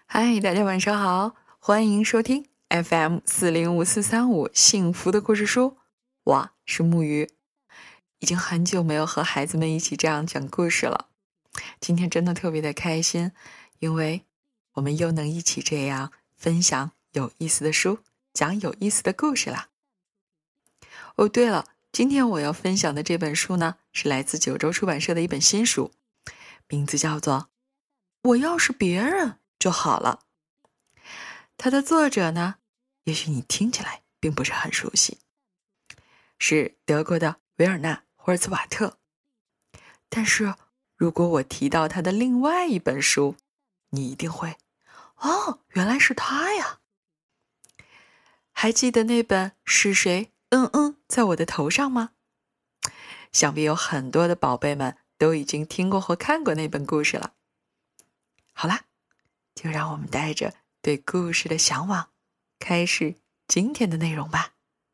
嗨，大家晚上好，欢迎收听 FM405435幸福的故事书，我是木鱼。已经很久没有和孩子们一起这样讲故事了，今天真的特别的开心，因为我们又能一起这样分享有意思的书，讲有意思的故事啦。哦，对了，今天我要分享的这本书呢，是来自九州出版社的一本新书，名字叫做《我要是别人就好了》。它的作者呢，也许你听起来并不是很熟悉，是德国的维尔纳·霍尔茨瓦特。但是如果我提到他的另外一本书，你一定会，哦，原来是他呀。还记得那本是谁在我的头上吗？想必有很多的宝贝们都已经听过或看过那本故事了。好啦，就让我们带着对故事的向往开始今天的内容吧。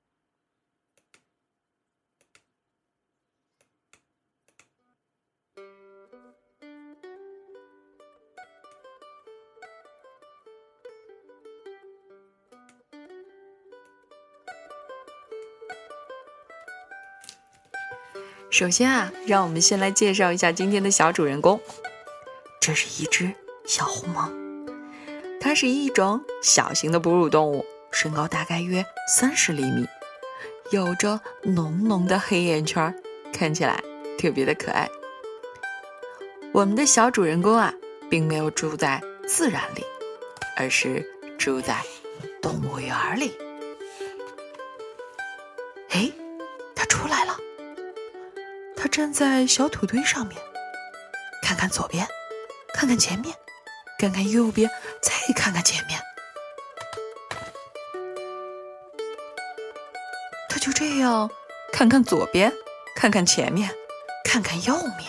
首先啊，让我们先来介绍一下今天的小主人公。这是一只小狐獴，它是一种小型的哺乳动物，身高大概约30厘米，有着浓浓的黑眼圈，看起来特别的可爱。我们的小主人公啊，并没有住在自然里，而是住在动物园里。诶，它出来了。他站在小土堆上面，看看左边，看看前面，看看右边，再看看前面。他就这样看看左边，看看前面，看看右面。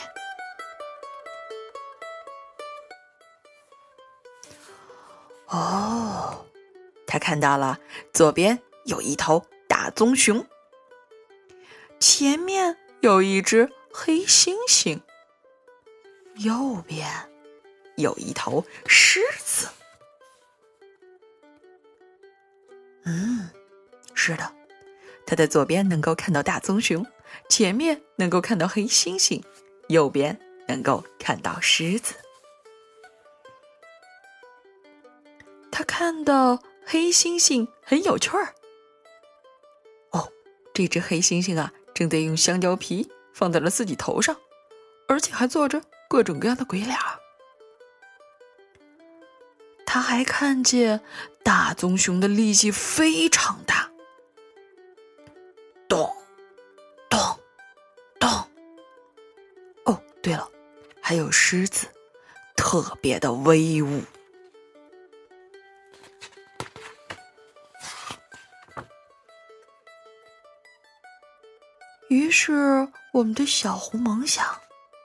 哦，他看到了左边有一头大棕熊，前面有一只黑猩猩，右边有一头狮子。是的，他的左边能够看到大棕熊，前面能够看到黑猩猩，右边能够看到狮子。他看到黑猩猩很有趣儿。哦，这只黑猩猩啊，正在用香蕉皮放在了自己头上，而且还做着各种各样的鬼脸。他还看见大棕熊的力气非常大，咚咚咚。哦，对了，还有狮子，特别的威武。于是我们的小狐獴想，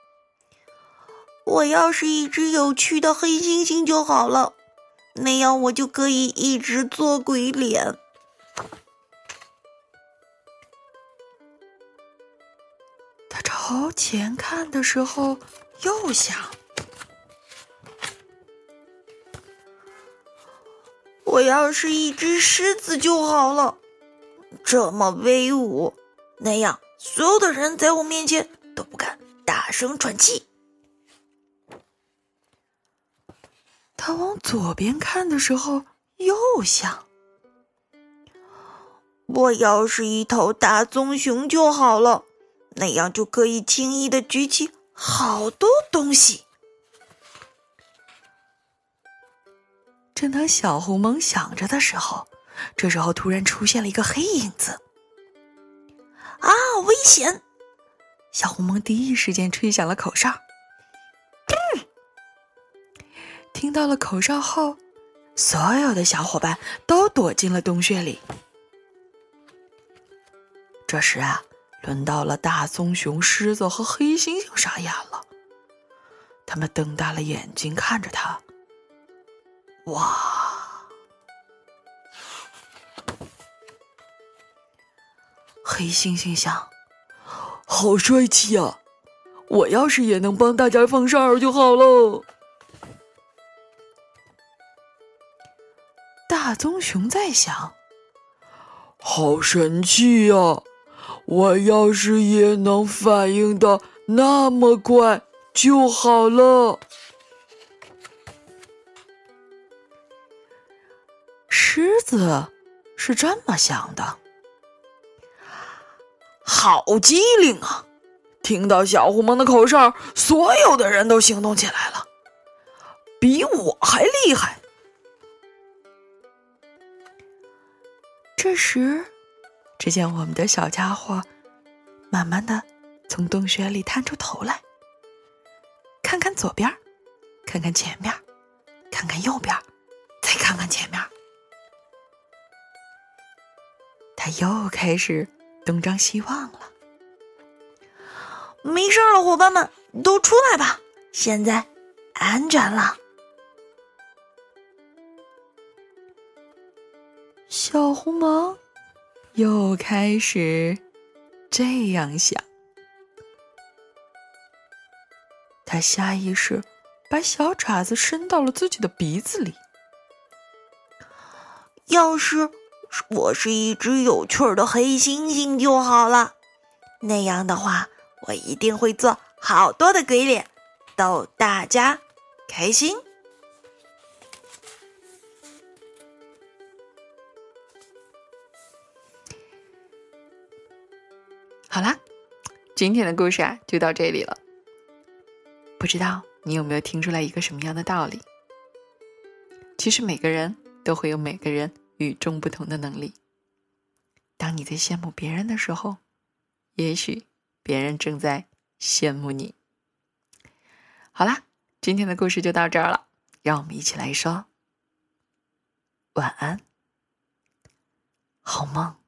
我要是一只有趣的黑猩猩就好了，那样我就可以一直做鬼脸。 他朝前看的时候又想， 我要是一只狮子就好了，这么威武，那样所有的人在我面前都不敢大声喘气。 他往左边看的时候又想， 我要是一头大棕熊就好了，那样就可以轻易的举起好多东西。 正当小狐獴想着的时候，这时候突然出现了一个黑影子。 啊，危险！ 小狐獴第一时间吹响了口哨。听到了口哨后，所有的小伙伴都躲进了洞穴里。这时啊，轮到了大棕熊、狮子和黑猩猩傻眼了，他们瞪大了眼睛看着他。哇！黑猩猩想，好帅气呀！我要是也能帮大家放哨就好喽。 大棕熊在想， 好神奇呀！我要是也能反应的那么快就好了。 狮子是这么想的。 好机灵啊！听到小狐獴的口哨，所有的人都行动起来了，比我还厉害。 这时，只见我们的小家伙慢慢的从洞穴里探出头来，看看左边，看看前面，看看右边，再看看前面。他又开始东张西望了。 没事了，伙伴们，都出来吧，现在安全了。 小狐獴又开始这样想，他下意识把小爪子伸到了自己的鼻子里。 要是我是一只有趣儿的黑猩猩就好了，那样的话，我一定会做好多的鬼脸，逗大家开心。 好啦，今天的故事就到这里了。不知道你有没有听出来一个什么样的道理？其实每个人都会有每个人与众不同的能力。当你在羡慕别人的时候，也许别人正在羡慕你。好啦，今天的故事就到这儿了，让我们一起来说晚安，好梦。